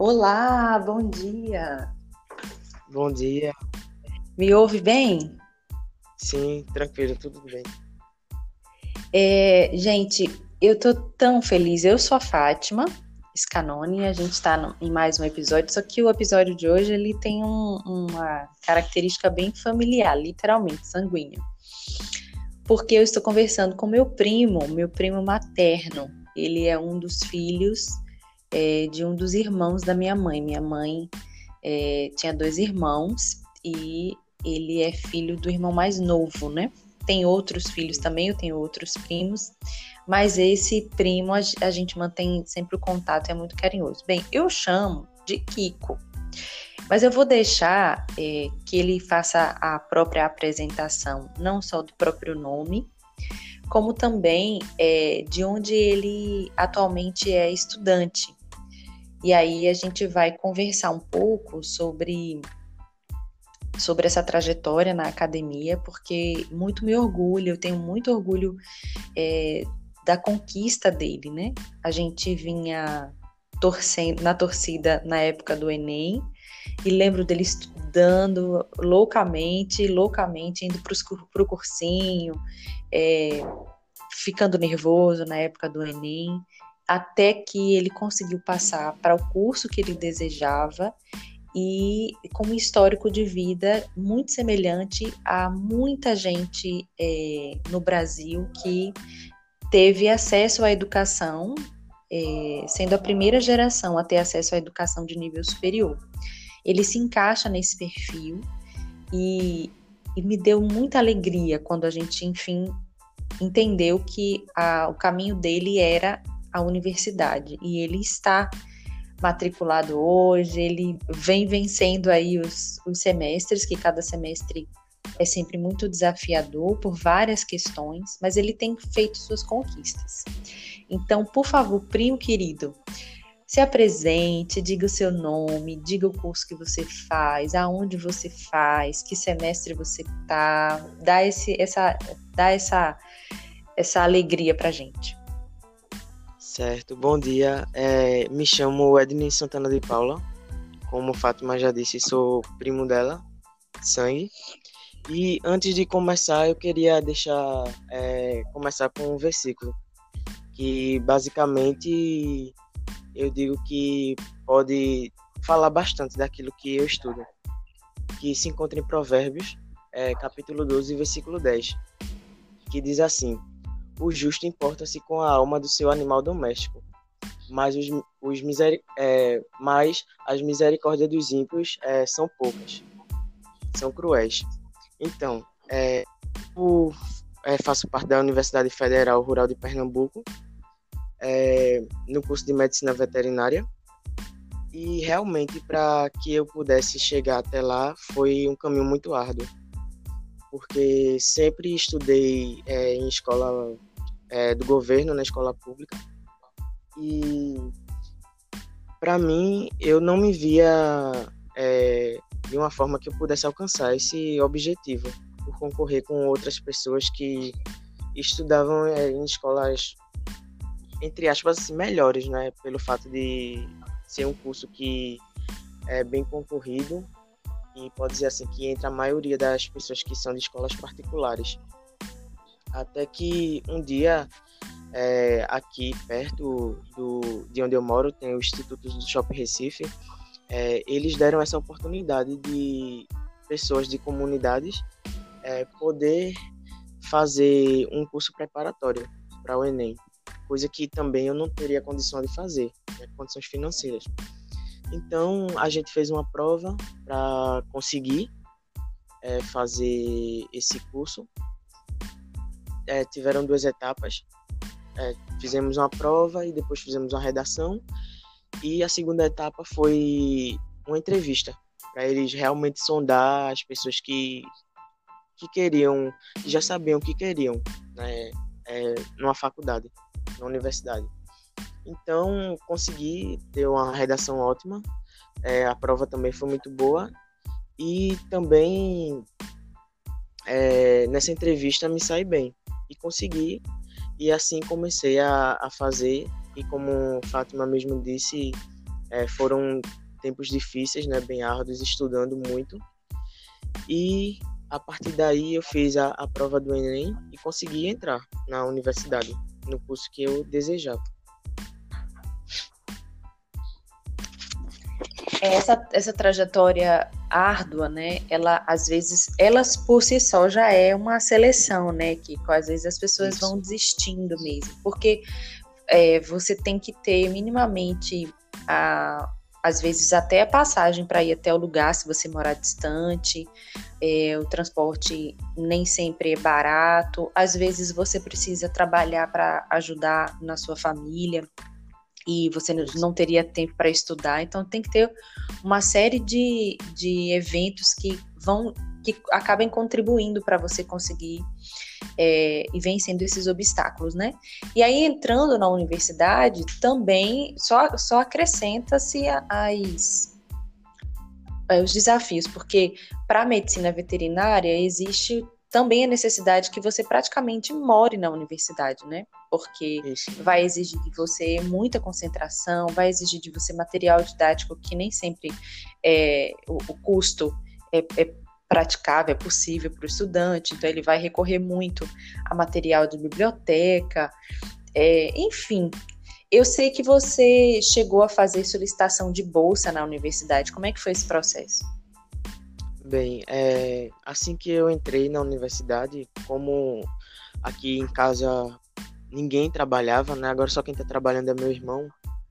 Olá, bom dia. Bom dia. Me ouve bem? Sim, tranquilo, tudo bem. Gente, eu tô tão feliz. Eu sou a Fátima Scanoni, a gente está em mais um episódio, só que o episódio de hoje ele tem uma característica bem familiar, literalmente, sanguínea. Porque eu estou conversando com meu primo materno. Ele é um dos filhos de um dos irmãos da minha mãe. Minha mãe tinha dois irmãos e ele é filho do irmão mais novo, né? Tem outros filhos também, eu tenho outros primos, mas esse primo a gente mantém sempre o contato, é muito carinhoso. Bem, eu chamo de Kiko, mas eu vou deixar que ele faça a própria apresentação, não só do próprio nome, como também de onde ele atualmente é estudante. E aí a gente vai conversar um pouco sobre essa trajetória na academia, porque muito me orgulha, eu tenho muito orgulho da conquista dele, né? A gente vinha torcendo na torcida na época do Enem, e lembro dele estudando loucamente, indo para o cursinho, ficando nervoso na época do Enem, até que ele conseguiu passar para o curso que ele desejava e com um histórico de vida muito semelhante a muita gente no Brasil que teve acesso à educação, sendo a primeira geração a ter acesso à educação de nível superior. Ele se encaixa nesse perfil e me deu muita alegria quando a gente, enfim, entendeu que o caminho dele era a universidade, e ele está matriculado hoje, ele vem vencendo aí os semestres, que cada semestre é sempre muito desafiador por várias questões, mas ele tem feito suas conquistas. Então, por favor, primo querido, se apresente, diga o seu nome, diga o curso que você faz, aonde você faz, que semestre você está, dá essa alegria pra gente. Certo, bom dia. Me chamo Edney Santana de Paula. Como Fátima já disse, sou primo dela, de sangue. E antes de começar, eu queria começar com um versículo, que basicamente eu digo que pode falar bastante daquilo que eu estudo, que se encontra em Provérbios, capítulo 12, versículo 10, que diz assim: o justo importa-se com a alma do seu animal doméstico, mas mas as misericórdias dos ímpios são poucas, são cruéis. Então, eu faço parte da Universidade Federal Rural de Pernambuco, no curso de Medicina Veterinária, e realmente para que eu pudesse chegar até lá foi um caminho muito árduo, porque sempre estudei em escola do governo, na escola pública, e para mim eu não me via de uma forma que eu pudesse alcançar esse objetivo, por concorrer com outras pessoas que estudavam em escolas, entre aspas, assim, melhores, né, pelo fato de ser um curso que é bem concorrido, e pode dizer assim que entra a maioria das pessoas que são de escolas particulares. Até que um dia, aqui perto de onde eu moro, tem o Instituto do Shopping Recife, eles deram essa oportunidade de pessoas de comunidades poder fazer um curso preparatório para o Enem, coisa que também eu não teria condição de fazer, condições financeiras. Então, a gente fez uma prova para conseguir fazer esse curso. Tiveram 2 etapas. Fizemos uma prova e depois fizemos uma redação. E a segunda etapa foi uma entrevista, para eles realmente sondar as pessoas que queriam, que já sabiam o que queriam, né, numa faculdade, na universidade. Então, consegui ter uma redação ótima, a prova também foi muito boa, e também nessa entrevista me saí bem, e consegui, e assim comecei a fazer, e como Fátima mesmo disse, Foram tempos difíceis, né, bem árduos, estudando muito. E a partir daí eu fiz a prova do Enem e consegui entrar na universidade, no curso que eu desejava. Essa trajetória árdua, né? Ela, às vezes, elas por si só já é uma seleção, né? Que às vezes as pessoas vão desistindo mesmo. Porque você tem que ter minimamente, às vezes, até a passagem para ir até o lugar, se você morar distante. O transporte nem sempre é barato. Às vezes você precisa trabalhar para ajudar na sua família e você não teria tempo para estudar, então tem que ter uma série de eventos que acabem contribuindo para você conseguir e vencendo esses obstáculos, né? E aí, entrando na universidade, também só acrescenta-se os desafios, porque para a medicina veterinária existe também a necessidade que você praticamente more na universidade, né? Porque vai exigir de você muita concentração, vai exigir de você material didático que nem sempre o custo é praticável, é possível para o estudante, então ele vai recorrer muito a material de biblioteca, enfim. Eu sei que você chegou a fazer solicitação de bolsa na universidade, como é que foi esse processo? Bem, assim que eu entrei na universidade, como aqui em casa ninguém trabalhava, né? Agora só quem está trabalhando é meu irmão.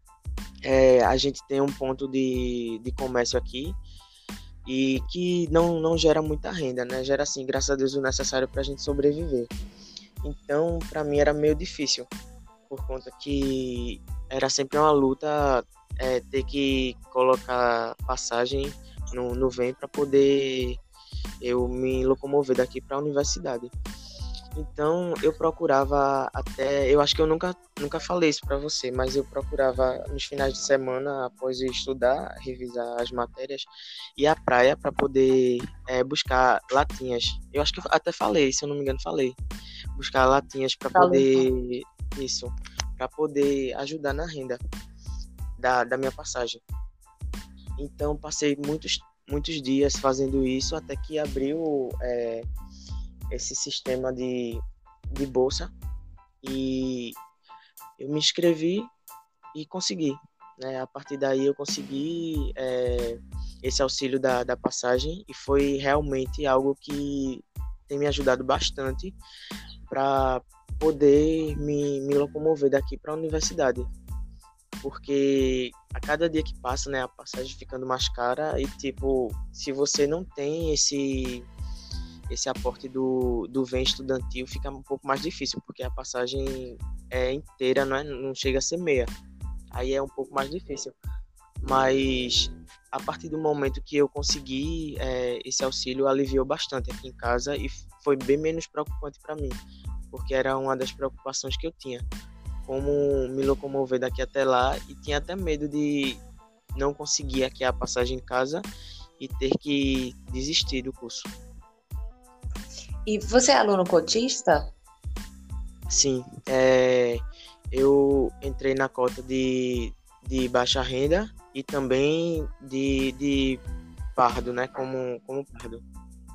A gente tem um ponto de comércio aqui e que não gera muita renda, né? Gera, assim, graças a Deus, o necessário para a gente sobreviver. Então, para mim era meio difícil, por conta que era sempre uma luta ter que colocar passagem no VEM para poder eu me locomover daqui para a universidade. Então eu procurava eu acho que eu nunca falei isso para você, mas eu procurava nos finais de semana, após eu estudar, revisar as matérias, ir à praia para poder buscar latinhas. Eu acho que eu até falei, se eu não me engano falei, buscar latinhas para poder para poder ajudar na renda da minha passagem. Então passei muitos dias fazendo isso até que abriu esse sistema de bolsa e eu me inscrevi e consegui, né? A partir daí eu consegui esse auxílio da passagem e foi realmente algo que tem me ajudado bastante para poder me locomover daqui para a universidade. Porque a cada dia que passa, né, a passagem ficando mais cara e, tipo, se você não tem esse aporte do VEM estudantil, fica um pouco mais difícil, porque a passagem é inteira, não chega a ser meia. Aí é um pouco mais difícil. Mas a partir do momento que eu consegui esse auxílio, aliviou bastante aqui em casa e foi bem menos preocupante para mim, porque era uma das preocupações que eu tinha, como me locomover daqui até lá, e tinha até medo de não conseguir aqui a passagem em casa e ter que desistir do curso. E você é aluno cotista? Sim, eu entrei na cota de baixa renda e também de pardo, né, como pardo.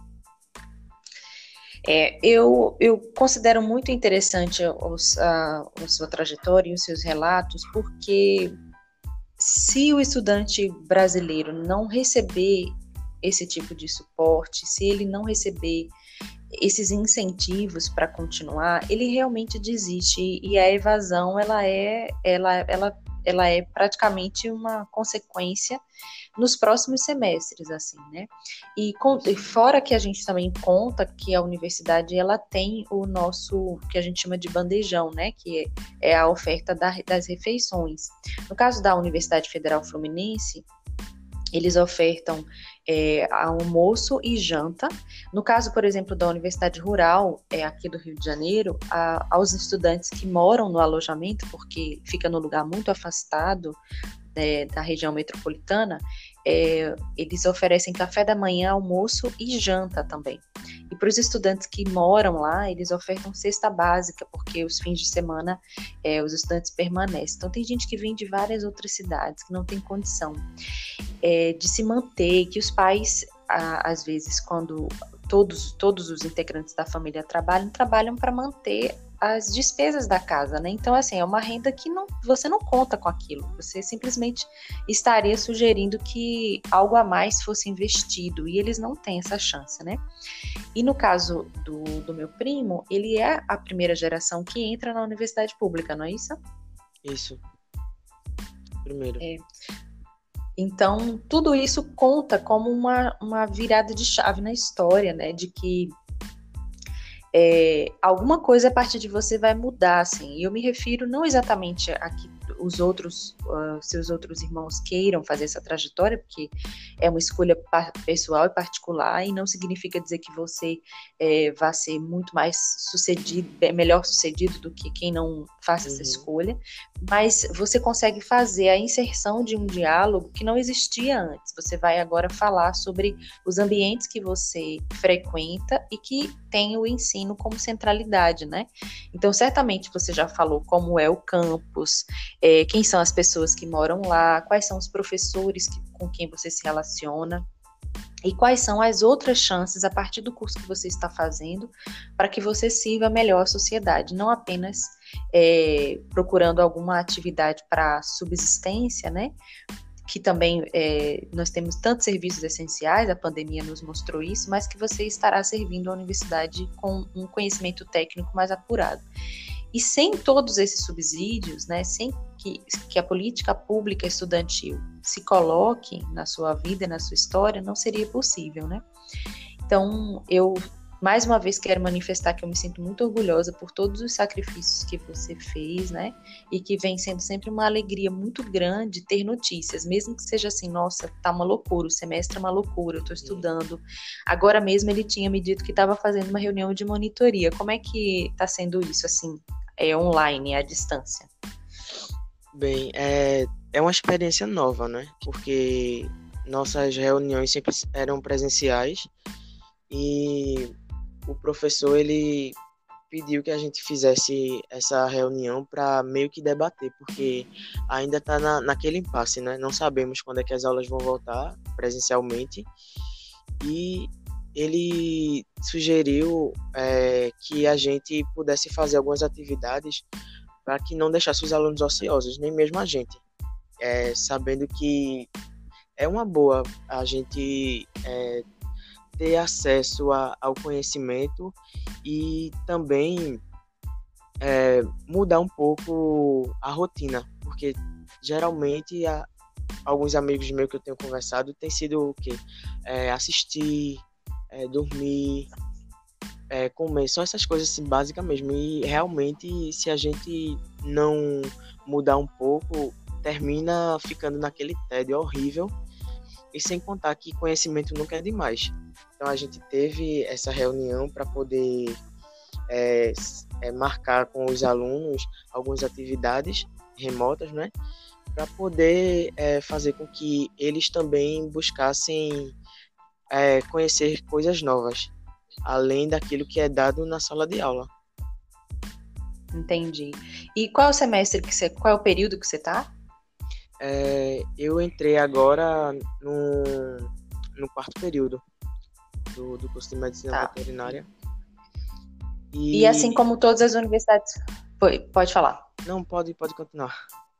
Eu considero muito interessante a sua trajetória e os seus relatos, porque se o estudante brasileiro não receber esse tipo de suporte, se ele não receber esses incentivos para continuar, ele realmente desiste, e a evasão ela é praticamente uma consequência nos próximos semestres, assim, né? E fora que a gente também conta que a universidade ela tem o nosso, que a gente chama de bandejão, né? Que é a oferta das refeições. No caso da Universidade Federal Fluminense, eles ofertam almoço e janta. No caso, por exemplo, da Universidade Rural, aqui do Rio de Janeiro, aos estudantes que moram no alojamento, porque fica num lugar muito afastado da região metropolitana, eles oferecem café da manhã, almoço e janta também. E para os estudantes que moram lá, eles ofertam cesta básica, porque os fins de semana os estudantes permanecem. Então, tem gente que vem de várias outras cidades que não tem condição de se manter, que os pais, às vezes, quando todos os integrantes da família trabalham para manter as despesas da casa, né? Então, assim, é uma renda que você não conta com aquilo. Você simplesmente estaria sugerindo que algo a mais fosse investido, e eles não têm essa chance, né? E no caso do meu primo, ele é a primeira geração que entra na universidade pública, não é isso? Isso. Primeiro. Então, tudo isso conta como uma virada de chave na história, né? De que alguma coisa a partir de você vai mudar, assim. E eu me refiro não exatamente a que seus outros irmãos queiram fazer essa trajetória, porque é uma escolha pessoal e particular, e não significa dizer que você vai ser muito mais melhor sucedido do que quem não faça essa escolha, mas você consegue fazer a inserção de um diálogo que não existia antes. Você vai agora falar sobre os ambientes que você frequenta e que tem o ensino como centralidade, né? Então, certamente você já falou como é o campus, quem são as pessoas que moram lá, quais são os professores com quem você se relaciona e quais são as outras chances a partir do curso que você está fazendo para que você sirva melhor à sociedade, não apenas procurando alguma atividade para subsistência, né? Que também nós temos tantos serviços essenciais, a pandemia nos mostrou isso, mas que você estará servindo a universidade com um conhecimento técnico mais apurado. E sem todos esses subsídios, né, sem que a política pública estudantil se coloque na sua vida, na sua história, não seria possível, né? Então, eu mais uma vez quero manifestar que eu me sinto muito orgulhosa por todos os sacrifícios que você fez, né? E que vem sendo sempre uma alegria muito grande ter notícias, mesmo que seja assim, nossa, tá uma loucura, o semestre é uma loucura, eu tô estudando. Agora mesmo ele tinha me dito que estava fazendo uma reunião de monitoria. Como é que tá sendo isso, assim, online, à distância? Bem, é uma experiência nova, né? Porque nossas reuniões sempre eram presenciais e o professor, ele pediu que a gente fizesse essa reunião para meio que debater, porque ainda está naquele impasse, né? Não sabemos quando é que as aulas vão voltar presencialmente, e ele sugeriu que a gente pudesse fazer algumas atividades para que não deixasse os alunos ociosos, nem mesmo a gente, sabendo que é uma boa a gente ter acesso ao conhecimento e também mudar um pouco a rotina, porque geralmente alguns amigos meus que eu tenho conversado tem sido o quê? Assistir, dormir, comer, só essas coisas assim, básicas mesmo. E realmente, se a gente não mudar um pouco, termina ficando naquele tédio horrível. E sem contar que conhecimento nunca é demais. Então a gente teve essa reunião para poder marcar com os alunos algumas atividades remotas, né? Para poder fazer com que eles também buscassem conhecer coisas novas, além daquilo que é dado na sala de aula. Entendi. E qual é o semestre qual é o período que você está? Eu entrei agora no quarto período do curso de medicina veterinária. E assim como todas as universidades... Pode falar. Não, pode continuar.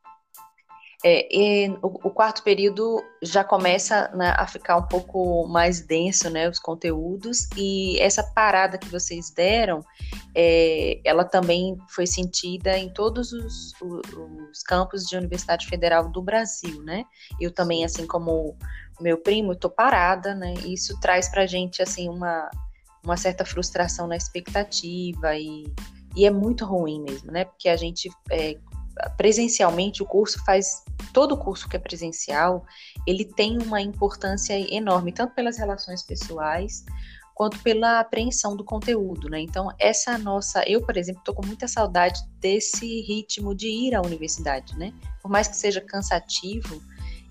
O quarto período já começa, né, a ficar um pouco mais denso, né, os conteúdos, e essa parada que vocês deram, ela também foi sentida em todos os campos de Universidade Federal do Brasil, né? Eu também, assim como o meu primo, estou parada, né? E isso traz pra gente, assim, uma certa frustração na expectativa, e é muito ruim mesmo, né? Porque a gente... presencialmente, todo o curso que é presencial, ele tem uma importância enorme, tanto pelas relações pessoais, quanto pela apreensão do conteúdo, né? Então, eu, por exemplo, estou com muita saudade desse ritmo de ir à universidade, né? Por mais que seja cansativo,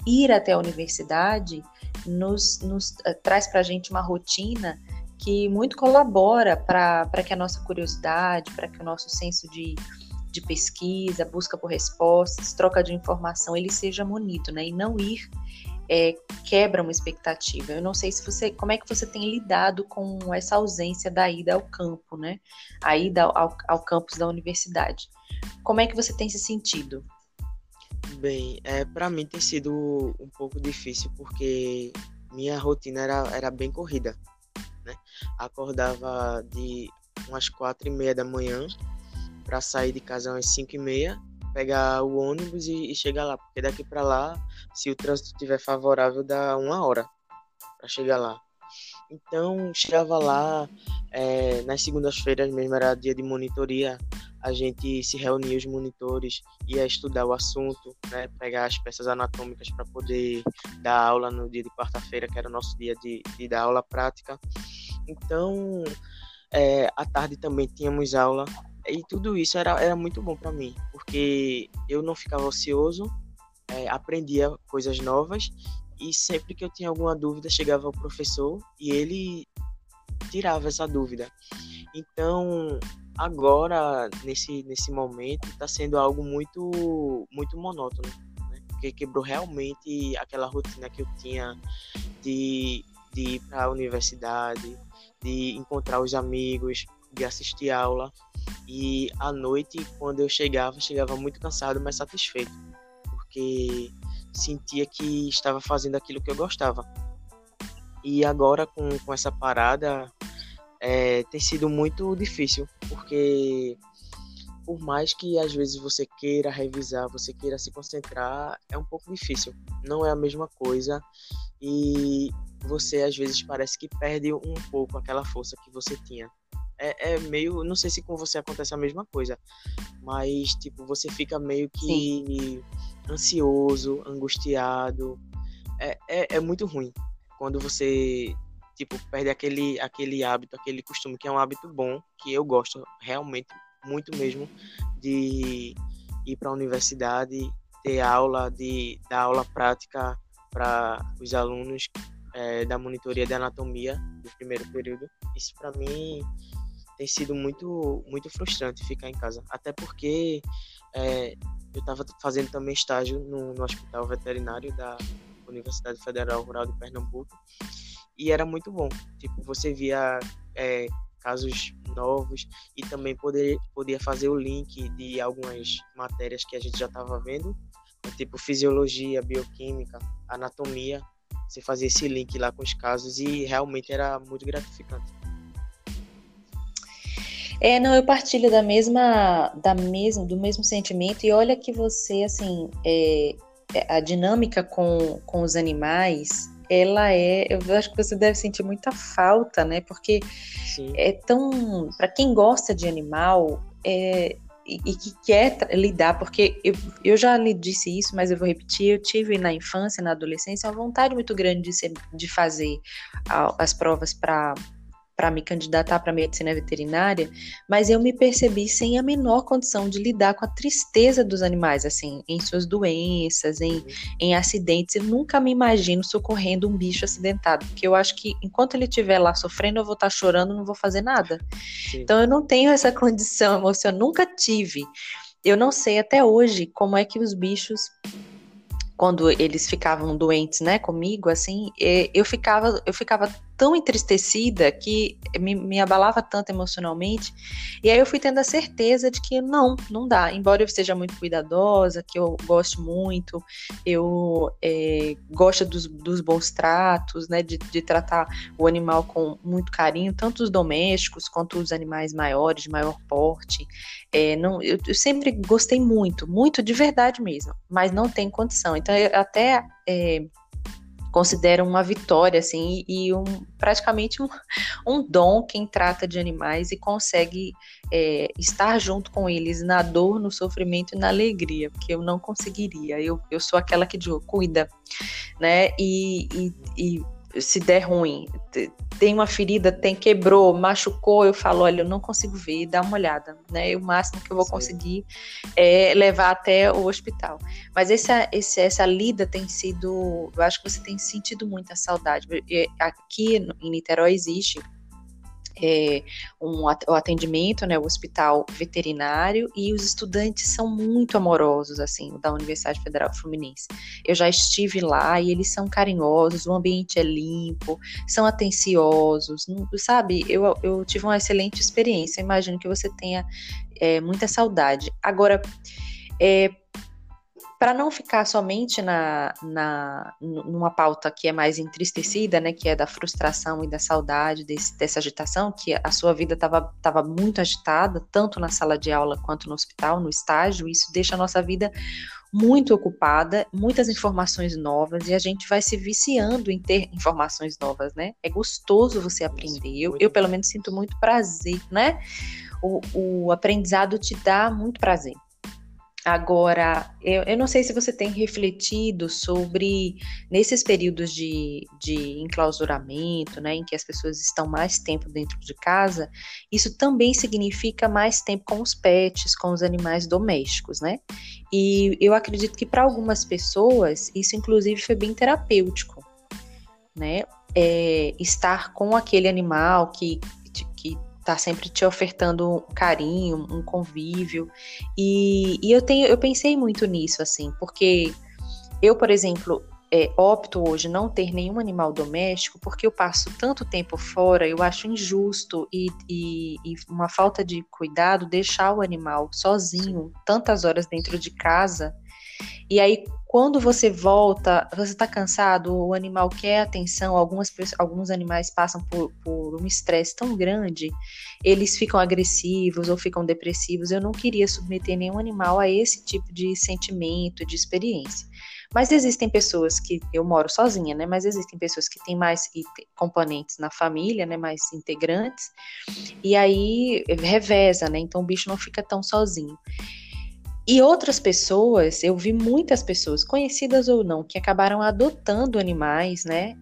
ir até a universidade nos traz para a gente uma rotina que muito colabora para que a nossa curiosidade, para que o nosso senso de pesquisa, busca por respostas, troca de informação, ele seja munido, né? E não ir quebra uma expectativa. Eu não sei como é que você tem lidado com essa ausência da ida ao campo, né? A ida ao campus da universidade. Como é que você tem se sentido? Bem, para mim tem sido um pouco difícil, porque minha rotina era bem corrida, né? Acordava de umas 4h30 da manhã para sair de casa às 5h30, pegar o ônibus e chegar lá, porque daqui para lá, se o trânsito estiver favorável, dá 1 hora para chegar lá. Então, chegava lá, nas segundas-feiras mesmo era dia de monitoria, a gente se reunia, os monitores, ia estudar o assunto, né, pegar as peças anatômicas para poder dar aula no dia de quarta-feira, que era o nosso dia de dar aula prática. Então, à tarde também tínhamos aula, e tudo isso era muito bom para mim, porque eu não ficava ocioso, aprendia coisas novas, e sempre que eu tinha alguma dúvida, chegava ao professor e ele tirava essa dúvida. Então, agora, nesse momento, está sendo algo muito, muito monótono, né? Porque quebrou realmente aquela rotina que eu tinha de ir para a universidade, de encontrar os amigos, de assistir aula. E à noite, quando eu chegava muito cansado, mas satisfeito, porque sentia que estava fazendo aquilo que eu gostava. E agora, com essa parada, tem sido muito difícil, porque por mais que às vezes você queira revisar, você queira se concentrar, é um pouco difícil. Não é a mesma coisa, e você às vezes parece que perde um pouco aquela força que você tinha. Meio, não sei se com você acontece a mesma coisa, mas tipo, você fica meio que Sim. ansioso, angustiado. É muito ruim quando você tipo, perde aquele hábito, aquele costume, que é um hábito bom, que eu gosto realmente muito mesmo, de ir para a universidade, ter aula, de dar aula prática para os alunos da monitoria de anatomia do primeiro período. Isso para mim tem sido muito, muito frustrante ficar em casa, até porque eu estava fazendo também estágio no hospital veterinário da Universidade Federal Rural de Pernambuco, e era muito bom, tipo, você via casos novos, e também podia fazer o link de algumas matérias que a gente já estava vendo, tipo fisiologia, bioquímica, anatomia. Você fazia esse link lá com os casos e realmente era muito gratificante. Não, eu partilho do mesmo sentimento, e olha que você, assim, a dinâmica com os animais, eu acho que você deve sentir muita falta, né, porque Sim. Para quem gosta de animal, e que quer lidar, porque eu já lhe disse isso, mas eu vou repetir, eu tive na infância, na adolescência, uma vontade muito grande de fazer as provas para me candidatar para medicina veterinária, mas eu me percebi sem a menor condição de lidar com a tristeza dos animais, assim, em suas doenças, em acidentes. Eu nunca me imagino socorrendo um bicho acidentado, porque eu acho que enquanto ele estiver lá sofrendo, eu vou estar chorando, não vou fazer nada. Sim. Então eu não tenho essa condição emocional, nunca tive. Eu não sei até hoje como é que os bichos, quando eles ficavam doentes, né, comigo, assim, eu ficava tão entristecida que me abalava tanto emocionalmente, e aí eu fui tendo a certeza de que não dá, embora eu seja muito cuidadosa, que eu gosto muito, eu gosto dos bons tratos, né, de tratar o animal com muito carinho, tanto os domésticos quanto os animais maiores, de maior porte. Eu sempre gostei muito, muito de verdade mesmo, mas não tem condição. Então eu até considero uma vitória, assim, e praticamente um dom quem trata de animais e consegue estar junto com eles na dor, no sofrimento e na alegria, porque eu não conseguiria. Eu sou aquela que cuida, né, e se der ruim, tem uma ferida, quebrou, machucou, eu falo, olha, eu não consigo ver, dá uma olhada, né? O máximo que eu vou conseguir é levar até o hospital. Mas essa lida tem sido, eu acho que você tem sentido muita saudade. Aqui em Niterói existe o atendimento, né, o hospital veterinário, e os estudantes são muito amorosos, assim, da Universidade Federal Fluminense. Eu já estive lá e eles são carinhosos, o ambiente é limpo, são atenciosos, sabe? Eu tive uma excelente experiência, imagino que você tenha muita saudade. Agora, para não ficar somente numa pauta que é mais entristecida, né, que é da frustração e da saudade dessa agitação, que a sua vida estava muito agitada, tanto na sala de aula quanto no hospital, no estágio, isso deixa a nossa vida muito ocupada, muitas informações novas, e a gente vai se viciando em ter informações novas, né? É gostoso você aprender, eu pelo menos sinto muito prazer, né? O aprendizado te dá muito prazer. Agora, eu não sei se você tem refletido sobre, nesses períodos de enclausuramento, né, em que as pessoas estão mais tempo dentro de casa, isso também significa mais tempo com os pets, com os animais domésticos, né? E eu acredito que para algumas pessoas, isso inclusive foi bem terapêutico, né? Estar com aquele animal que tá sempre te ofertando um carinho, um convívio, e eu pensei muito nisso, assim, porque eu, por exemplo, opto hoje não ter nenhum animal doméstico, porque eu passo tanto tempo fora, eu acho injusto e uma falta de cuidado deixar o animal sozinho, tantas horas dentro de casa, e aí quando você volta, você está cansado, o animal quer atenção, alguns animais passam por um estresse tão grande, eles ficam agressivos ou ficam depressivos. Eu não queria submeter nenhum animal a esse tipo de sentimento, de experiência. Mas existem pessoas que, eu moro sozinha, né? Mas existem pessoas que têm mais componentes na família, né? Mais integrantes, e aí reveza, né? Então o bicho não fica tão sozinho. E outras pessoas, eu vi muitas pessoas, conhecidas ou não, que acabaram adotando animais, né,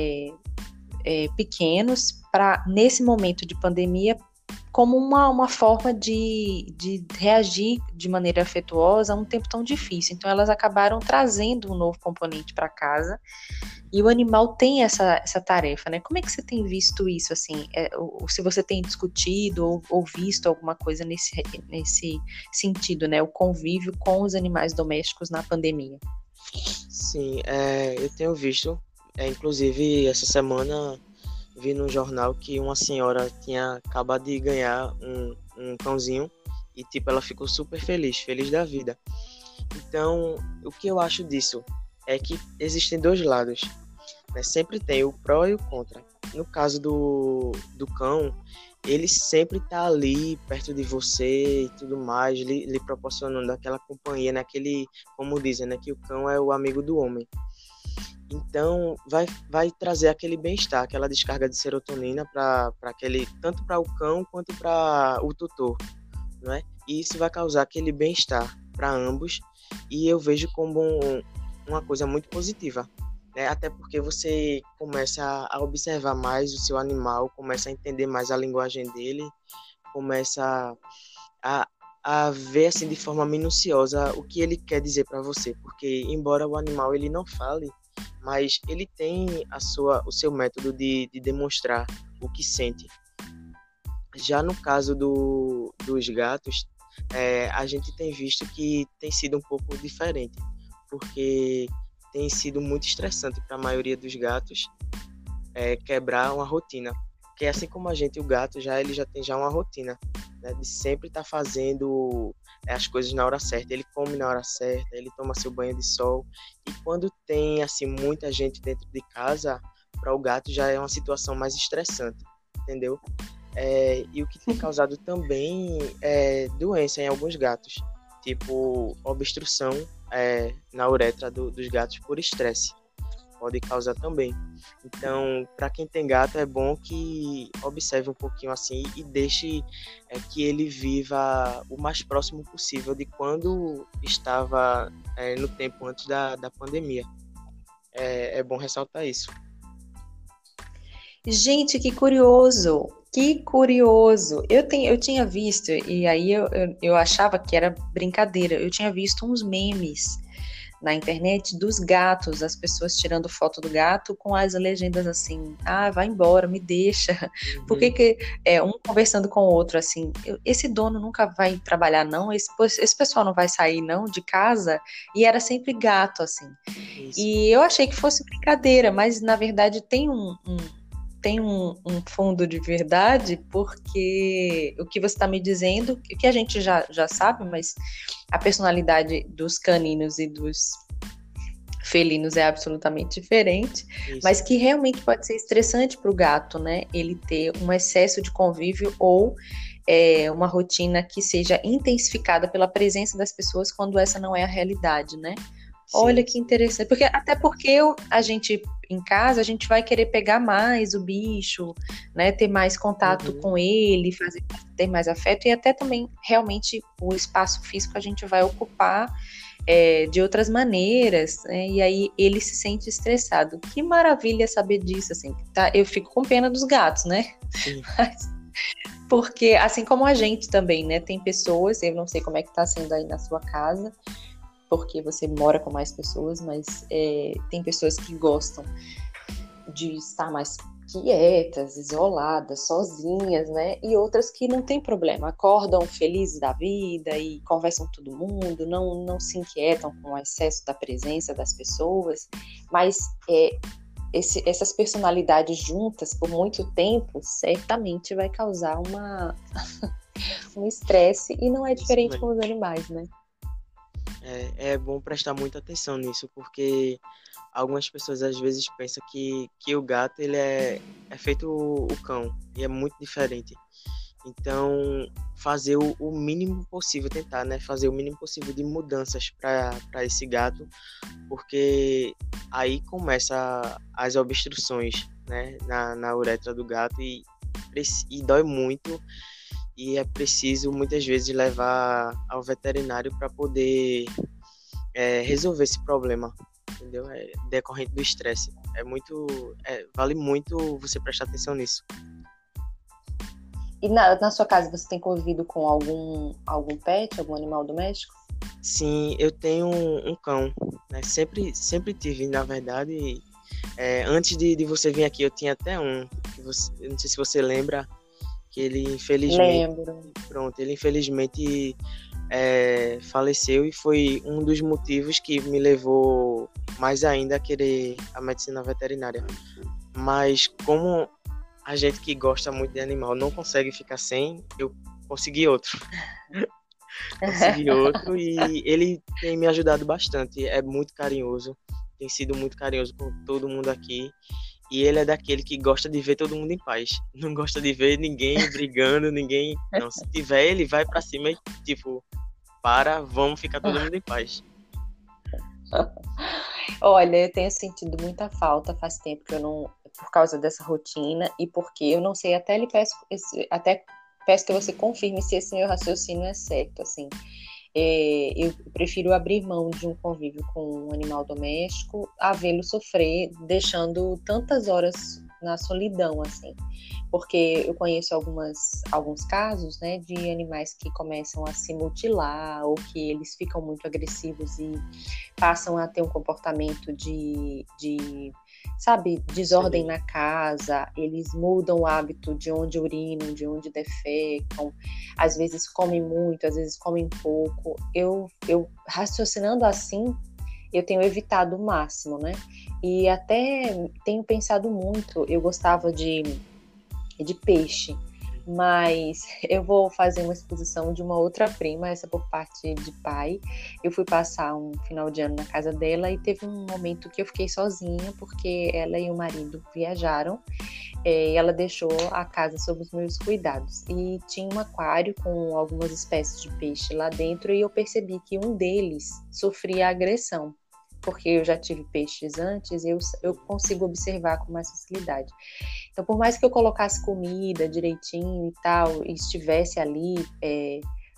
pequenos, nesse momento de pandemia, como uma forma de reagir de maneira afetuosa a um tempo tão difícil. Então, elas acabaram trazendo um novo componente para casa, e o animal tem essa tarefa, né? Como é que você tem visto isso, assim? Se você tem discutido ou visto alguma coisa nesse sentido, né? O convívio com os animais domésticos na pandemia. Sim, eu tenho visto. Inclusive, essa semana vi no jornal que uma senhora tinha acabado de ganhar um cãozinho e, tipo, ela ficou super feliz da vida. Então, o que eu acho disso é que existem dois lados, né? Sempre tem o pró e o contra. No caso do cão, ele sempre tá ali perto de você e tudo mais, lhe proporcionando aquela companhia, naquele, como dizem, né, que o cão é o amigo do homem. Então, vai trazer aquele bem-estar, aquela descarga de serotonina tanto para o cão quanto para o tutor, não é? E isso vai causar aquele bem-estar para ambos, e eu vejo como uma coisa muito positiva, né? Até porque você começa a observar mais o seu animal, começa a entender mais a linguagem dele, começa a ver assim de forma minuciosa o que ele quer dizer para você, porque embora o animal ele não fale, mas ele tem o seu método de demonstrar o que sente. Já no caso dos gatos, a gente tem visto que tem sido um pouco diferente, porque tem sido muito estressante para a maioria dos gatos quebrar uma rotina. Porque assim como a gente, o gato, ele já tem uma rotina, né, de sempre estar fazendo as coisas na hora certa. Ele come na hora certa, ele toma seu banho de sol. E quando tem assim muita gente dentro de casa, para o gato já é uma situação mais estressante, entendeu? E o que tem causado também doença em alguns gatos, tipo obstrução na uretra dos gatos por estresse. Pode causar também. Então, para quem tem gato, é bom que observe um pouquinho assim e deixe que ele viva o mais próximo possível de quando estava no tempo antes da pandemia. É bom ressaltar isso. Gente, que curioso! Que curioso! Eu tinha visto, e aí eu achava que era brincadeira. Eu tinha visto uns memes na internet dos gatos, as pessoas tirando foto do gato com as legendas assim: ah, vai embora, me deixa. Por que Uhum, que um conversando com o outro assim? Esse dono nunca vai trabalhar, não? Esse pessoal não vai sair, não, de casa? E era sempre gato, assim. isso. E eu achei que fosse brincadeira, mas na verdade tem um fundo de verdade, porque o que você está me dizendo, que a gente já sabe, mas a personalidade dos caninos e dos felinos é absolutamente diferente, Isso. mas que realmente pode ser estressante para o gato, né? Ele ter um excesso de convívio ou uma rotina que seja intensificada pela presença das pessoas quando essa não é a realidade, né? Olha Sim, que sim. interessante, porque até porque a gente em casa a gente vai querer pegar mais o bicho, né, ter mais contato Uhum, com ele, ter mais afeto e até também realmente o espaço físico a gente vai ocupar de outras maneiras, né, e aí ele se sente estressado. Que maravilha saber disso, assim, tá? Eu fico com pena dos gatos, né? sim. Porque assim como a gente também, né, tem pessoas, eu não sei como é que tá sendo aí na sua casa, porque você mora com mais pessoas, mas tem pessoas que gostam de estar mais quietas, isoladas, sozinhas, né? E outras que não tem problema, acordam felizes da vida e conversam com todo mundo, não se inquietam com o excesso da presença das pessoas, mas essas personalidades juntas por muito tempo certamente vai causar um estresse e não é Isso diferente com mesmo. os animais, né? É bom prestar muita atenção nisso, porque algumas pessoas às vezes pensam que o gato ele é feito o cão, e é muito diferente. Então, fazer o mínimo possível, tentar, né, fazer o mínimo possível de mudanças para esse gato, porque aí começa as obstruções, né, na uretra do gato e dói muito e é preciso muitas vezes levar ao veterinário para poder resolver esse problema, entendeu? É decorrente do estresse. Vale muito você prestar atenção nisso. E na sua casa você tem convivido com algum pet, algum animal doméstico? Sim, eu tenho um cão, né? Sempre tive, na verdade. Antes de você vir aqui, eu tinha até um. Eu não sei se você lembra, que Lembro. ele infelizmente faleceu e foi um dos motivos que me levou mais ainda a querer a medicina veterinária. Mas como a gente que gosta muito de animal não consegue ficar sem, eu consegui outro. Consegui outro e ele tem me ajudado bastante. É muito carinhoso, tem sido muito carinhoso com todo mundo aqui. E ele é daquele que gosta de ver todo mundo em paz. Não gosta de ver ninguém brigando, ninguém. Não, se tiver, ele vai pra cima e, tipo, vamos ficar todo mundo em paz. Olha, eu tenho sentido muita falta, faz tempo que eu não, por causa dessa rotina e porque eu não sei, até peço que você confirme se esse meu raciocínio é certo, assim. Eu prefiro abrir mão de um convívio com um animal doméstico a vê-lo sofrer, deixando tantas horas na solidão, assim. Porque eu conheço alguns casos, né, de animais que começam a se mutilar ou que eles ficam muito agressivos e passam a ter um comportamento sabe, desordem Sei. na casa, eles mudam o hábito de onde urinam, de onde defecam, às vezes comem muito, às vezes comem pouco. Eu raciocinando assim, eu tenho evitado o máximo, né? E até tenho pensado muito, eu gostava de peixe, mas eu vou fazer uma exposição de uma outra prima, essa por parte de pai. Eu fui passar um final de ano na casa dela e teve um momento que eu fiquei sozinha, porque ela e o marido viajaram, e ela deixou a casa sob os meus cuidados. E tinha um aquário com algumas espécies de peixe lá dentro e eu percebi que um deles sofria agressão. Porque eu já tive peixes antes, eu consigo observar com mais facilidade. Então, por mais que eu colocasse comida direitinho e tal, e estivesse ali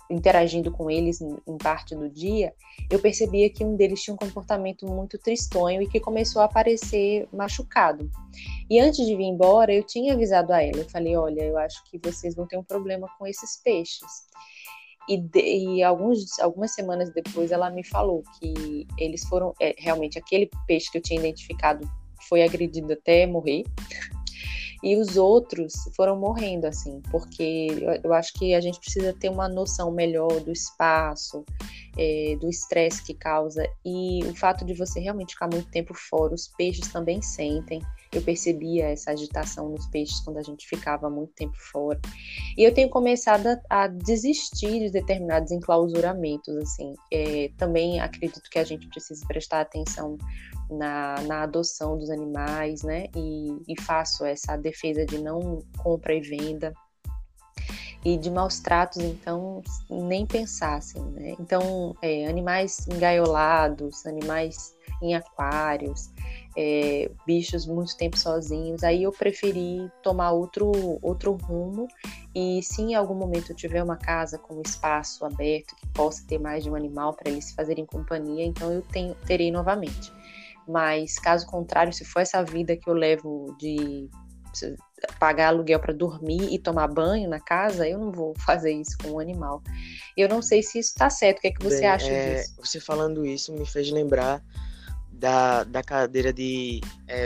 interagindo com eles em parte do dia, eu percebia que um deles tinha um comportamento muito tristonho e que começou a aparecer machucado. E antes de vir embora, eu tinha avisado a ela, eu falei, olha, eu acho que vocês vão ter um problema com esses peixes. E algumas semanas depois ela me falou que eles foram, realmente aquele peixe que eu tinha identificado foi agredido até morrer, e os outros foram morrendo, assim, porque eu acho que a gente precisa ter uma noção melhor do espaço, do estresse que causa, e o fato de você realmente ficar muito tempo fora, os peixes também sentem. Eu percebia essa agitação nos peixes quando a gente ficava muito tempo fora. E eu tenho começado a desistir de determinados enclausuramentos, assim. Também acredito que a gente precisa prestar atenção na adoção dos animais, né? E faço essa defesa de não compra e venda. E de maus tratos, então, nem pensar, assim, né? Então, animais engaiolados, animais em aquários, bichos muito tempo sozinhos, aí eu preferi tomar outro rumo, e se em algum momento eu tiver uma casa com um espaço aberto, que possa ter mais de um animal para eles fazerem companhia, então eu terei novamente. Mas, caso contrário, se for essa vida que eu levo de pagar aluguel para dormir e tomar banho na casa, eu não vou fazer isso com um animal. Eu não sei se isso está certo. O que é que você acha disso? Você falando isso me fez lembrar da cadeira de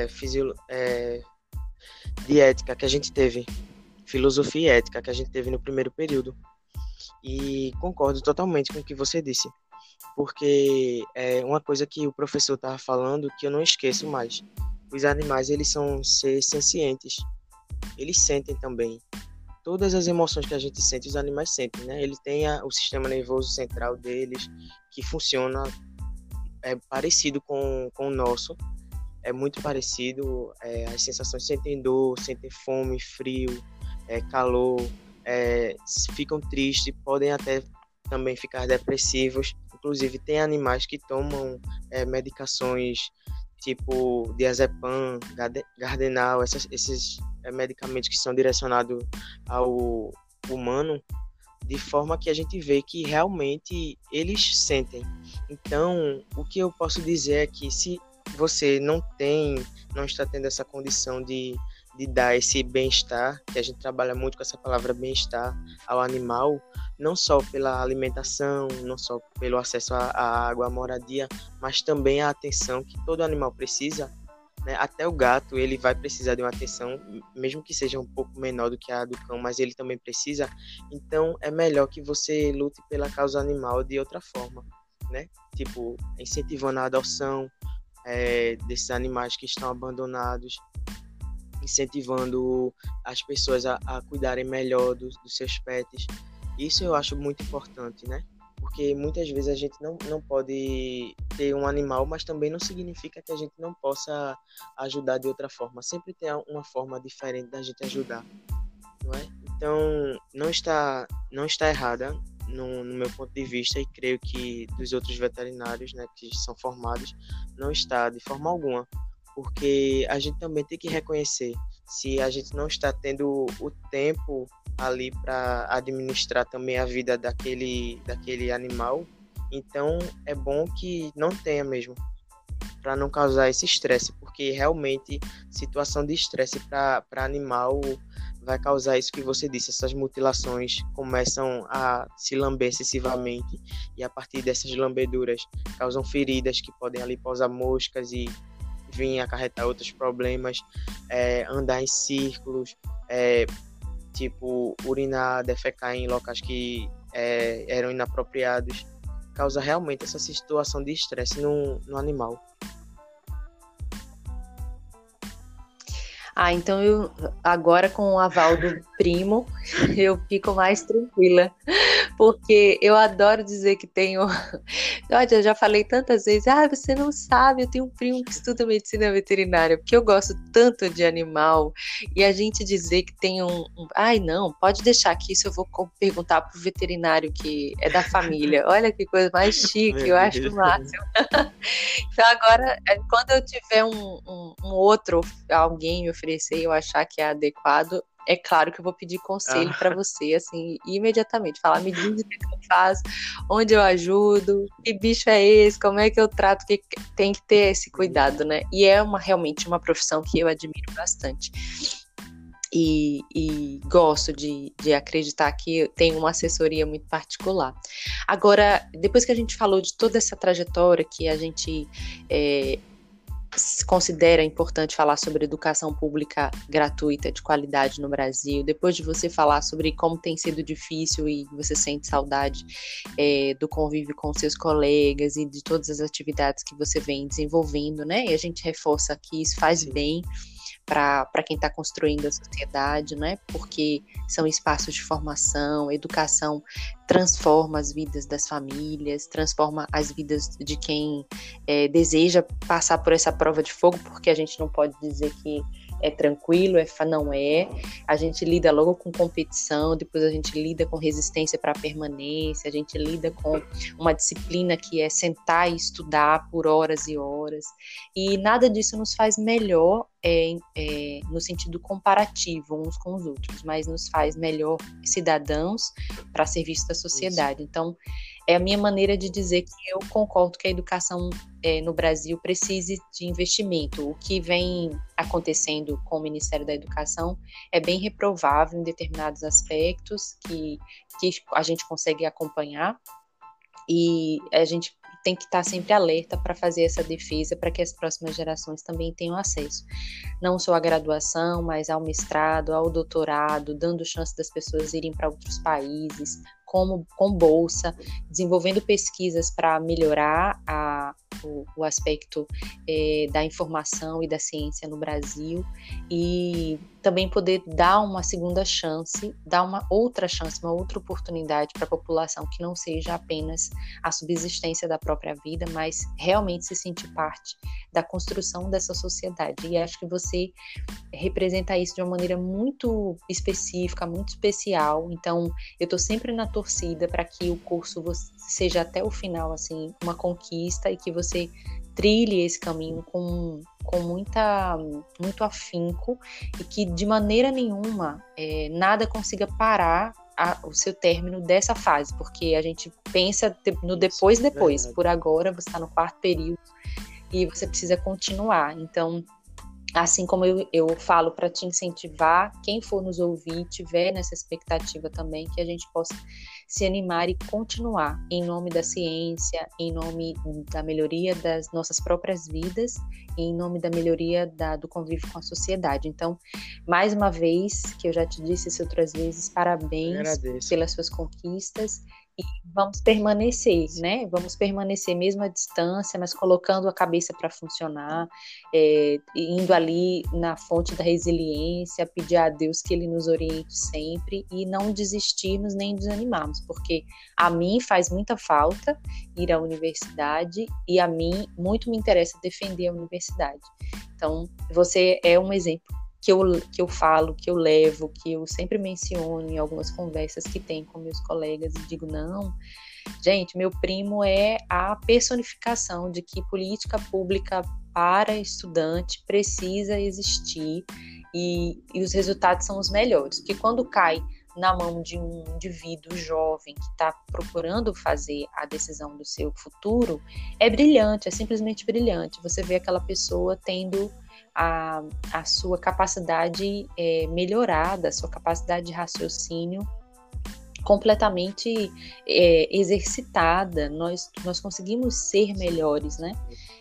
ética que a gente teve, filosofia e ética que a gente teve no primeiro período. E concordo totalmente com o que você disse, porque é uma coisa que o professor estava falando que eu não esqueço mais. Os animais, eles são seres sencientes. Eles sentem também. Todas as emoções que a gente sente, os animais sentem, né? Ele tem o sistema nervoso central deles, que funciona parecido com o nosso. É muito parecido. As sensações, sentem dor, sentem fome, frio, calor, ficam tristes, podem até também ficar depressivos. Inclusive, tem animais que tomam medicações tipo diazepam, Gardenal, esses medicamentos que são direcionados ao humano, de forma que a gente vê que realmente eles sentem. Então, o que eu posso dizer é que se você não está tendo essa condição de dar esse bem-estar, que a gente trabalha muito com essa palavra bem-estar ao animal, não só pela alimentação, não só pelo acesso à água, à moradia, mas também a atenção que todo animal precisa, né? Até o gato, ele vai precisar de uma atenção, mesmo que seja um pouco menor do que a do cão, mas ele também precisa. Então, é melhor que você lute pela causa animal de outra forma, né? Tipo, incentivando a adoção desses animais que estão abandonados, incentivando as pessoas a cuidarem melhor dos seus pets. Isso eu acho muito importante, né? Porque muitas vezes a gente não pode ter um animal, mas também não significa que a gente não possa ajudar de outra forma. Sempre tem uma forma diferente da gente ajudar, não é? Então, não está errada no meu ponto de vista, e creio que dos outros veterinários, né, que são formados, não está de forma alguma. Porque a gente também tem que reconhecer, se a gente não está tendo o tempo ali para administrar também a vida daquele animal, então é bom que não tenha mesmo, para não causar esse estresse, porque realmente situação de estresse para animal vai causar isso que você disse, essas mutilações começam a se lamber excessivamente, e a partir dessas lambeduras causam feridas que podem ali pousar moscas e vir acarretar outros problemas, andar em círculos, tipo urinar, defecar em locais que eram inapropriados, causa realmente essa situação de estresse no animal. Então eu agora, com o aval do primo, eu fico mais tranquila, porque eu adoro dizer que tenho... Olha, eu já falei tantas vezes, você não sabe, eu tenho um primo que estuda medicina veterinária, porque eu gosto tanto de animal, e a gente dizer que tem não, pode deixar que isso eu vou perguntar pro veterinário que é da família. Olha que coisa mais chique, eu acho o máximo. Então agora, quando eu tiver um outro, alguém me oferecer e eu achar que é adequado, é claro que eu vou pedir conselho para Ah, você, assim, imediatamente. Falar, me diz o que eu faço, onde eu ajudo, que bicho é esse, como é que eu trato, que tem que ter esse cuidado, né? E é realmente uma profissão que eu admiro bastante. E gosto de acreditar que tem uma assessoria muito particular. Agora, depois que a gente falou de toda essa trajetória que a gente considera importante falar sobre educação pública gratuita de qualidade no Brasil, depois de você falar sobre como tem sido difícil e você sente saudade do convívio com seus colegas e de todas as atividades que você vem desenvolvendo, né? E a gente reforça que isso faz sim, bem para quem está construindo a sociedade, né? Porque são espaços de formação, educação transforma as vidas das famílias, transforma as vidas de quem deseja passar por essa prova de fogo, porque a gente não pode dizer que é tranquilo, não é. A gente lida logo com competição, depois a gente lida com resistência para a permanência, a gente lida com uma disciplina que é sentar e estudar por horas e horas. E nada disso nos faz melhor no sentido comparativo uns com os outros, mas nos faz melhor cidadãos para serviço da isso. sociedade. Então, é a minha maneira de dizer que eu concordo que a educação no Brasil precise de investimento. O que vem acontecendo com o Ministério da Educação é bem reprovável em determinados aspectos que a gente consegue acompanhar, e a gente tem que estar sempre alerta para fazer essa defesa para que as próximas gerações também tenham acesso. Não só à graduação, mas ao mestrado, ao doutorado, dando chance das pessoas irem para outros países, com bolsa, desenvolvendo pesquisas para melhorar o aspecto da informação e da ciência no Brasil, e também poder dar uma segunda chance, dar uma outra chance, uma outra oportunidade para a população que não seja apenas a subsistência da própria vida, mas realmente se sentir parte da construção dessa sociedade. E acho que você representa isso de uma maneira muito específica, muito especial. Então, eu estou sempre na torcida para que o curso seja até o final assim uma conquista, e que você trilhe esse caminho com muito afinco, e que de maneira nenhuma nada consiga parar o seu término dessa fase, porque a gente pensa no depois, Verdade. por agora você está no 4º período e você precisa continuar. Então, assim como eu falo para te incentivar, quem for nos ouvir, tiver nessa expectativa também, que a gente possa se animar e continuar em nome da ciência, em nome da melhoria das nossas próprias vidas, e em nome da melhoria do convívio com a sociedade. Então, mais uma vez, que eu já te disse isso outras vezes, Eu parabéns agradeço. pelas suas conquistas. E vamos permanecer, né? Vamos permanecer mesmo à distância, mas colocando a cabeça para funcionar, indo ali na fonte da resiliência, pedir a Deus que Ele nos oriente sempre e não desistirmos nem desanimarmos, porque a mim faz muita falta ir à universidade, e a mim muito me interessa defender a universidade. Então, você é um exemplo que eu falo, que eu levo, que eu sempre menciono em algumas conversas que tenho com meus colegas, e digo, não, gente, meu primo é a personificação de que política pública para estudante precisa existir, e os resultados são os melhores, porque quando cai na mão de um indivíduo jovem que está procurando fazer a decisão do seu futuro, é brilhante, é simplesmente brilhante. Você vê aquela pessoa tendo a sua capacidade melhorada, a sua capacidade de raciocínio completamente exercitada. Nós conseguimos ser melhores, né?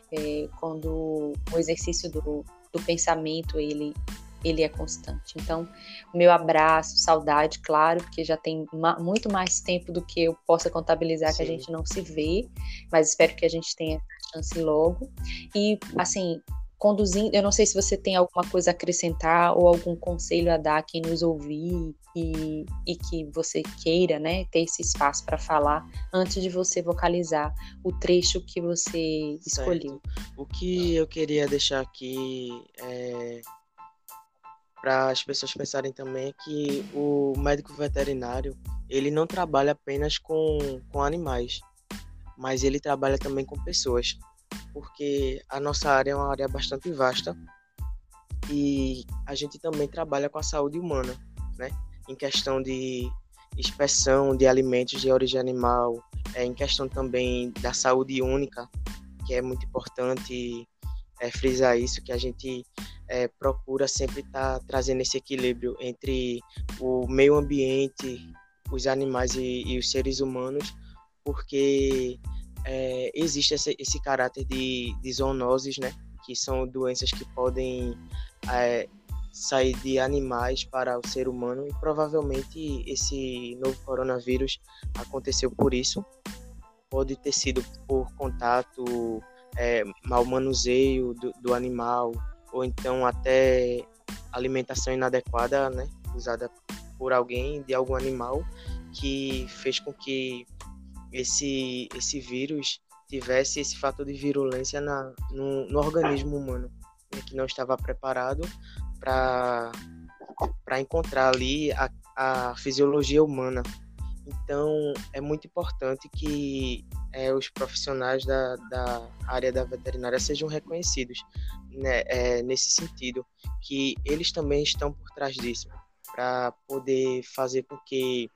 Quando o exercício do pensamento ele é constante. Então, o meu abraço, saudade, claro, porque já tem muito mais tempo do que eu possa contabilizar que a Sim. gente não se vê, mas espero que a gente tenha essa chance logo. E, assim, conduzindo, eu não sei se você tem alguma coisa a acrescentar ou algum conselho a dar a quem nos ouvir, e que você queira, né, ter esse espaço para falar antes de você vocalizar o trecho que você escolheu. Certo. O que eu queria deixar aqui para as pessoas pensarem também é que o médico veterinário, ele não trabalha apenas com animais, mas ele trabalha também com pessoas, porque a nossa área é uma área bastante vasta, e a gente também trabalha com a saúde humana. né? Em questão de inspeção de alimentos de origem animal, em questão também da saúde única, que é muito importante frisar isso, que a gente procura sempre estar trazendo esse equilíbrio entre o meio ambiente, os animais e os seres humanos, porque existe esse caráter de zoonoses, né? Que são doenças que podem sair de animais para o ser humano, e provavelmente esse novo coronavírus aconteceu por isso. Pode ter sido por contato, mau manuseio do animal, ou então até alimentação inadequada, né, usada por alguém de algum animal, que fez com que esse vírus tivesse esse fator de virulência no organismo humano, né, que não estava preparado para encontrar ali a fisiologia humana. Então, é muito importante que os profissionais da área da veterinária sejam reconhecidos, né, nesse sentido, que eles também estão por trás disso, para poder fazer com que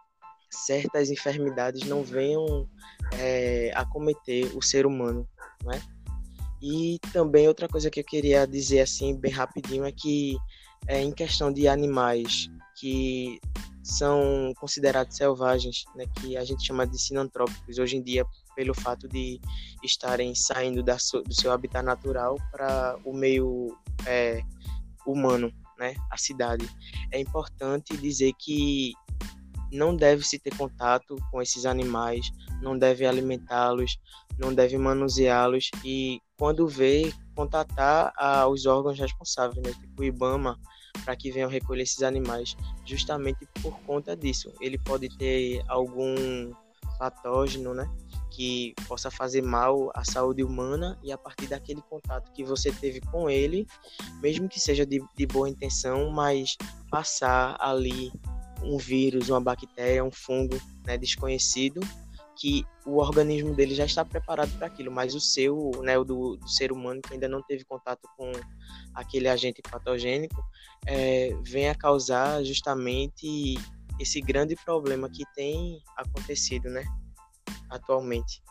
certas enfermidades não venham acometer o ser humano, né? E também outra coisa que eu queria dizer assim, bem rapidinho, é que em questão de animais que são considerados selvagens, né, que a gente chama de sinantrópicos hoje em dia, pelo fato de estarem saindo do seu habitat natural para o meio humano, né, a cidade. É importante dizer que não deve se ter contato com esses animais, não deve alimentá-los, não deve manuseá-los, e quando vê, contatar os órgãos responsáveis, né, tipo o IBAMA, para que venham recolher esses animais, justamente por conta disso. Ele pode ter algum patógeno, né, que possa fazer mal à saúde humana, e a partir daquele contato que você teve com ele, mesmo que seja de boa intenção, mas passar ali um vírus, uma bactéria, um fungo, né, desconhecido, que o organismo dele já está preparado para aquilo, mas o seu, né, o do ser humano, que ainda não teve contato com aquele agente patogênico, vem a causar justamente esse grande problema que tem acontecido, né, atualmente.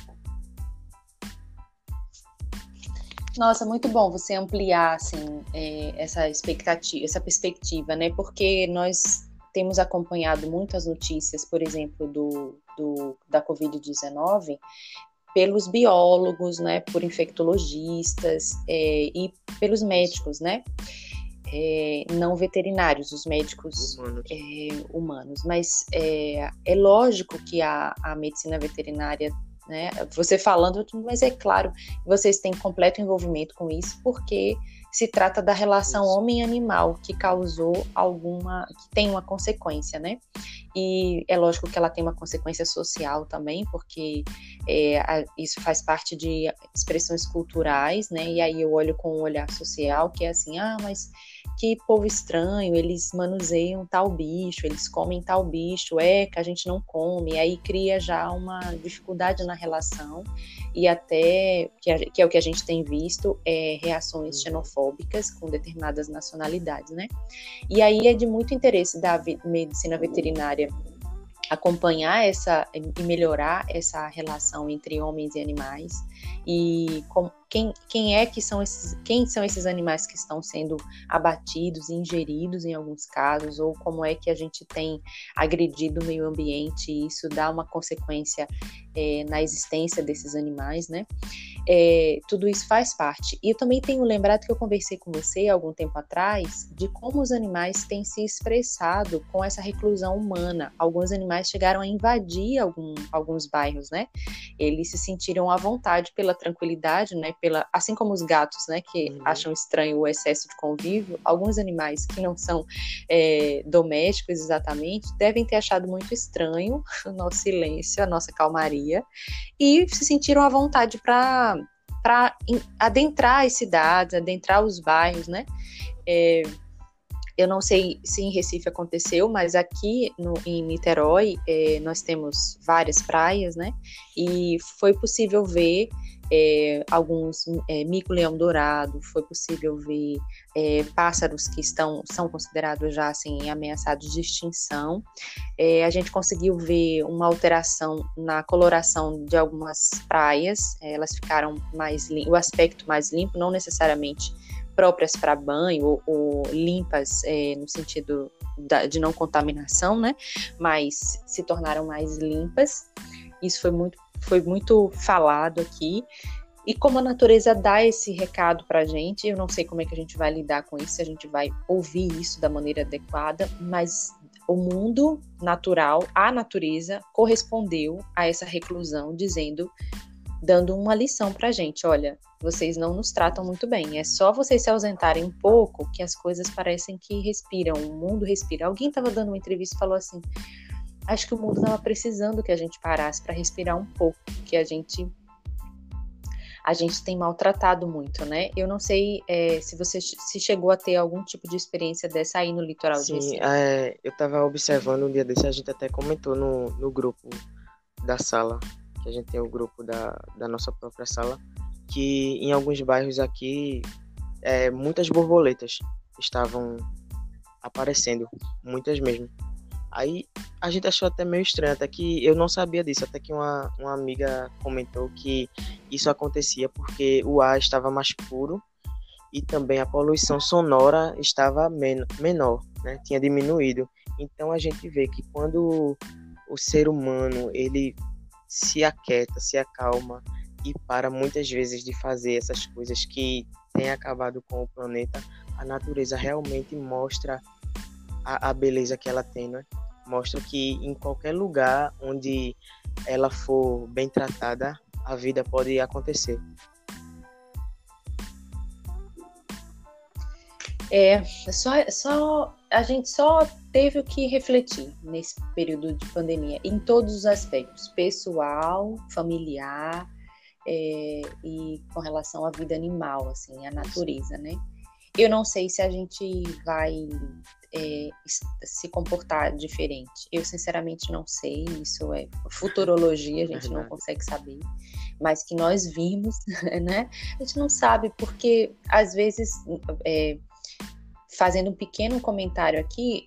Nossa, muito bom você ampliar assim, essa expectativa, essa perspectiva, né? Porque nós temos acompanhado muitas notícias, por exemplo, da Covid-19, pelos biólogos, né? Por infectologistas e pelos médicos, né? Não veterinários, os médicos humanos. Mas é lógico que a medicina veterinária, né, você falando, mas é claro, vocês têm completo envolvimento com isso, porque se trata da relação homem-animal que que tem uma consequência, né? E é lógico que ela tem uma consequência social também, porque isso faz parte de expressões culturais, né? E aí eu olho com um olhar social, que é assim, mas que povo estranho, eles manuseiam tal bicho, eles comem tal bicho, que a gente não come, e aí cria já uma dificuldade na relação, e até, que é o que a gente tem visto, reações xenofóbicas com determinadas nacionalidades, né? E aí é de muito interesse da medicina veterinária acompanhar e melhorar essa relação entre homens e animais, e quem são esses animais que estão sendo abatidos e ingeridos em alguns casos, ou como é que a gente tem agredido o meio ambiente, e isso dá uma consequência na existência desses animais, né? Tudo isso faz parte. E eu também tenho lembrado que eu conversei com você há algum tempo atrás de como os animais têm se expressado com essa reclusão humana. Alguns animais chegaram a invadir alguns bairros, né? Eles se sentiram à vontade pela tranquilidade, né? Assim como os gatos, né? Que acham estranho o excesso de convívio, alguns animais que não são domésticos exatamente devem ter achado muito estranho o nosso silêncio, a nossa calmaria, e se sentiram à vontade para adentrar as cidades, adentrar os bairros, né? Eu não sei se em Recife aconteceu, mas aqui em Niterói nós temos várias praias, né? E foi possível ver alguns mico-leão-dourado, foi possível ver pássaros que são considerados já assim, ameaçados de extinção. A gente conseguiu ver uma alteração na coloração de algumas praias, elas ficaram o aspecto mais limpo, não necessariamente próprias para banho ou limpas no sentido de não contaminação, né? Mas se tornaram mais limpas. Isso foi muito falado aqui. E como a natureza dá esse recado para a gente, eu não sei como é que a gente vai lidar com isso, se a gente vai ouvir isso da maneira adequada, mas o mundo natural, a natureza, correspondeu a essa reclusão, dando uma lição para a gente. Olha, vocês não nos tratam muito bem, é só vocês se ausentarem um pouco que as coisas parecem que respiram, o mundo respira. Alguém estava dando uma entrevista e falou assim, acho que o mundo estava precisando que a gente parasse para respirar um pouco, que a gente tem maltratado muito, né? Eu não sei se você chegou a ter algum tipo de experiência dessa aí no litoral de Recife. Sim, eu estava observando um dia desse, a gente até comentou no grupo da sala, que a gente tem o grupo da nossa própria sala, que em alguns bairros aqui, muitas borboletas estavam aparecendo, muitas mesmo. Aí a gente achou até meio estranho, até que eu não sabia disso, até que uma amiga comentou que isso acontecia porque o ar estava mais puro e também a poluição sonora estava menor, né? Tinha diminuído. Então a gente vê que quando o ser humano ele se aquieta, se acalma e para muitas vezes de fazer essas coisas que têm acabado com o planeta, a natureza realmente mostra a beleza que ela tem, né? Mostra que em qualquer lugar onde ela for bem tratada, a vida pode acontecer. A gente só teve o que refletir nesse período de pandemia, em todos os aspectos, pessoal, familiar, e com relação à vida animal, assim, à natureza, né? Eu não sei se a gente vai se comportar diferente. Eu, sinceramente, não sei. Isso é futurologia, a gente não consegue saber. Mas que nós vimos, né? A gente não sabe, porque, às vezes, fazendo um pequeno comentário aqui,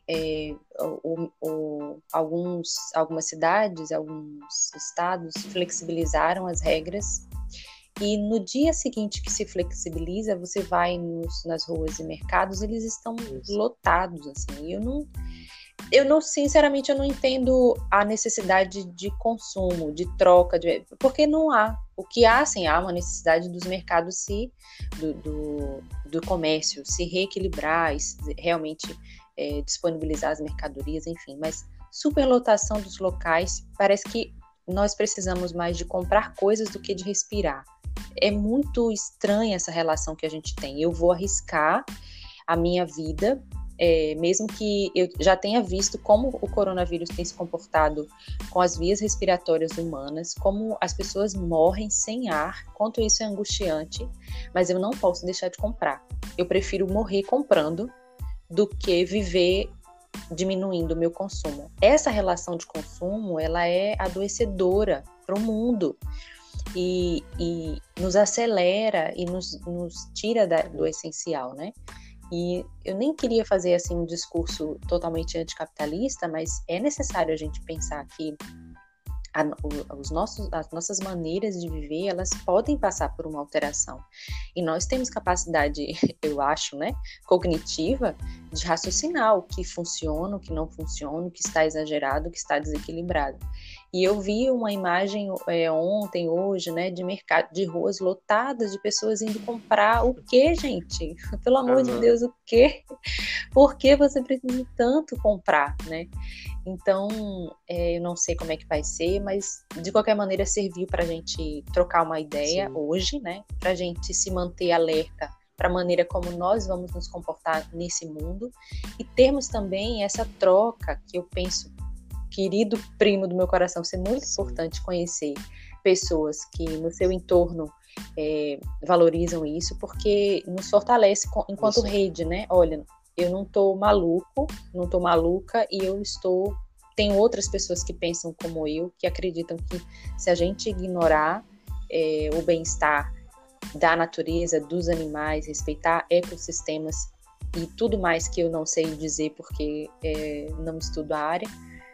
algumas cidades, alguns estados flexibilizaram as regras. E no dia seguinte que se flexibiliza, você vai nas ruas e mercados, eles estão lotados, assim. Sinceramente, eu não entendo a necessidade de consumo, de troca, porque não há. O que há, sim, há uma necessidade dos mercados do comércio se reequilibrar, realmente disponibilizar as mercadorias, enfim. Mas superlotação dos locais, parece que nós precisamos mais de comprar coisas do que de respirar. É muito estranha essa relação que a gente tem. Eu vou arriscar a minha vida, mesmo que eu já tenha visto como o coronavírus tem se comportado com as vias respiratórias humanas, como as pessoas morrem sem ar, quanto isso é angustiante, mas eu não posso deixar de comprar. Eu prefiro morrer comprando do que viver diminuindo o meu consumo. Essa relação de consumo, ela é adoecedora para o mundo. E nos acelera e nos tira do essencial, né? E eu nem queria fazer assim um discurso totalmente anticapitalista, mas é necessário a gente pensar que as nossas maneiras de viver, elas podem passar por uma alteração. E nós temos capacidade, eu acho, né, cognitiva, de raciocinar o que funciona, o que não funciona, o que está exagerado, o que está desequilibrado. E eu vi uma imagem ontem, hoje, né, de mercado, de ruas lotadas de pessoas indo comprar o quê, gente? Pelo amor de Deus, o quê? Por que você precisa tanto comprar, né? Então, eu não sei como é que vai ser, mas de qualquer maneira serviu para a gente trocar uma ideia hoje, né? Para a gente se manter alerta para a maneira como nós vamos nos comportar nesse mundo e termos também essa troca que eu penso, querido primo do meu coração, ser muito importante conhecer pessoas que no seu entorno valorizam isso, porque nos fortalece enquanto rede, né? Olha, eu não estou maluca e tenho outras pessoas que pensam como eu, que acreditam que se a gente ignorar, o bem-estar da natureza, dos animais, respeitar ecossistemas e tudo mais que eu não sei dizer porque não estudo a área,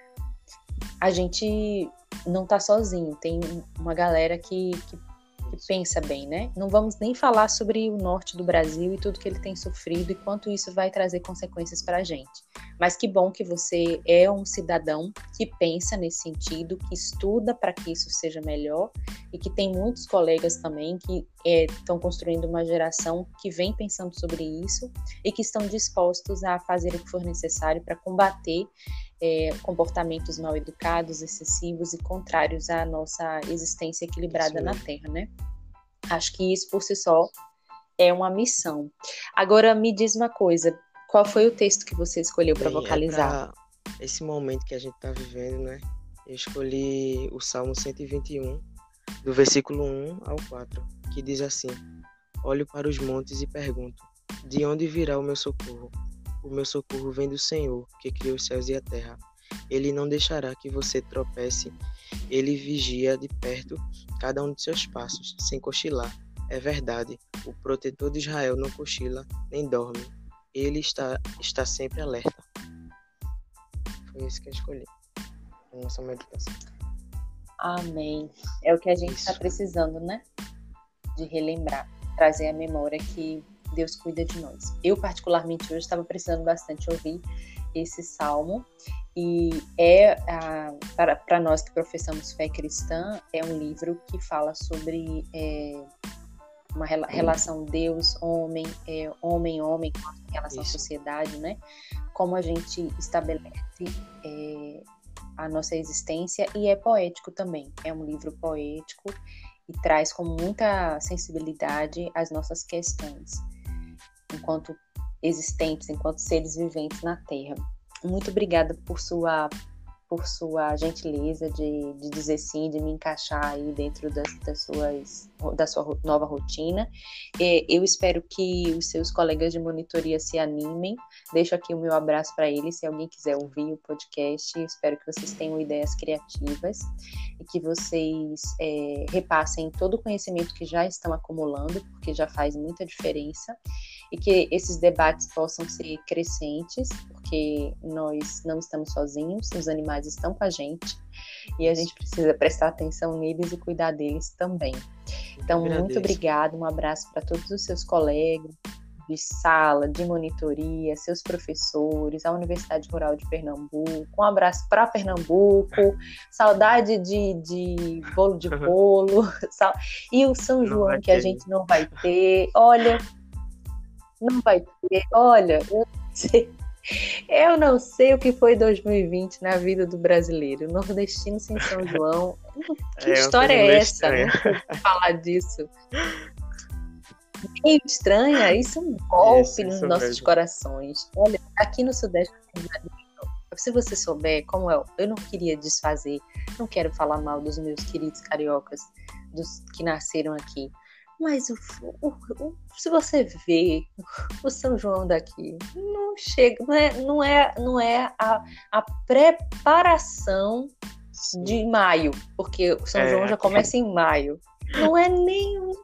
a gente não está sozinho, tem uma galera que pensa bem, né? Não vamos nem falar sobre o norte do Brasil e tudo que ele tem sofrido e quanto isso vai trazer consequências para a gente. Mas que bom que você é um cidadão que pensa nesse sentido, que estuda para que isso seja melhor e que tem muitos colegas também que estão construindo uma geração que vem pensando sobre isso e que estão dispostos a fazer o que for necessário para combater comportamentos mal educados, excessivos e contrários à nossa existência equilibrada na Terra, né? Acho que isso por si só é uma missão. Agora me diz uma coisa, qual foi o texto que você escolheu para vocalizar? Esse momento que a gente está vivendo, né? Eu escolhi o Salmo 121, do versículo 1 ao 4, que diz assim: olho para os montes e pergunto, de onde virá o meu socorro? O meu socorro vem do Senhor, que criou os céus e a terra. Ele não deixará que você tropece. Ele vigia de perto cada um de seus passos, sem cochilar. É verdade, o protetor de Israel não cochila, nem dorme. Ele está sempre alerta. Foi isso que eu escolhi. A nossa meditação. Amém. É o que a gente está precisando, né? De relembrar, trazer à memória que Deus cuida de nós. Eu, particularmente, hoje estava precisando bastante ouvir esse salmo e para nós que professamos fé cristã, é um livro que fala sobre uma relação Deus-homem, homem-homem, em relação à sociedade, né? Como a gente estabelece a nossa existência, e é poético também. É um livro poético e traz com muita sensibilidade as nossas questões enquanto existentes, enquanto seres viventes na Terra. Muito obrigada por sua gentileza de dizer sim, de me encaixar aí dentro da sua nova rotina. Eu espero que os seus colegas de monitoria se animem. Deixo aqui o meu abraço para eles, se alguém quiser ouvir o podcast. Espero que vocês tenham ideias criativas e que vocês repassem todo o conhecimento que já estão acumulando, porque já faz muita diferença, e que esses debates possam ser crescentes, porque nós não estamos sozinhos, os animais estão com a gente e a gente precisa prestar atenção neles e cuidar deles também. Então, muito obrigada, um abraço para todos os seus colegas de sala, de monitoria, seus professores, a Universidade Rural de Pernambuco, um abraço para Pernambuco, saudade de bolo de bolo, e o São João que a gente não vai ter, olha, não vai ter, olha, eu não sei o que foi 2020 na vida do brasileiro. Nordestino sem São João. Que história é essa? Não vou falar disso. Meio estranha. Isso é um golpe nos nossos corações. Olha, aqui no Sudeste, se você souber como eu não queria desfazer, não quero falar mal dos meus queridos cariocas, dos que nasceram aqui. Mas se você vê o São João daqui, não chega, não é a preparação de maio, porque o São João já começa em maio. Não é nem um.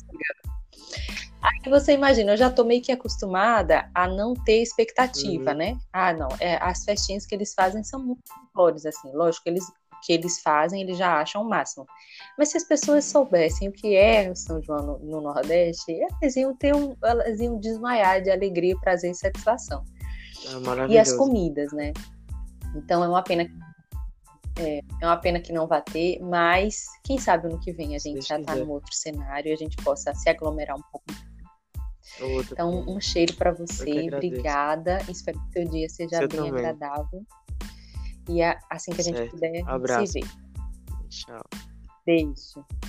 Aí você imagina, eu já tô meio que acostumada a não ter expectativa, né? Não, as festinhas que eles fazem são muito flores, assim, lógico que eles fazem, eles já acham o máximo. Mas se as pessoas soubessem o que é o São João no Nordeste, elas iam desmaiar de alegria, prazer e satisfação. E as comidas, né? Então é uma pena que não vai ter, mas quem sabe ano que vem a gente já está num outro cenário e a gente possa se aglomerar um pouco. Então, um cheiro para você, obrigada. Espero que o seu dia seja bem agradável. E assim que a gente puder, se ver. Tchau. Beijo.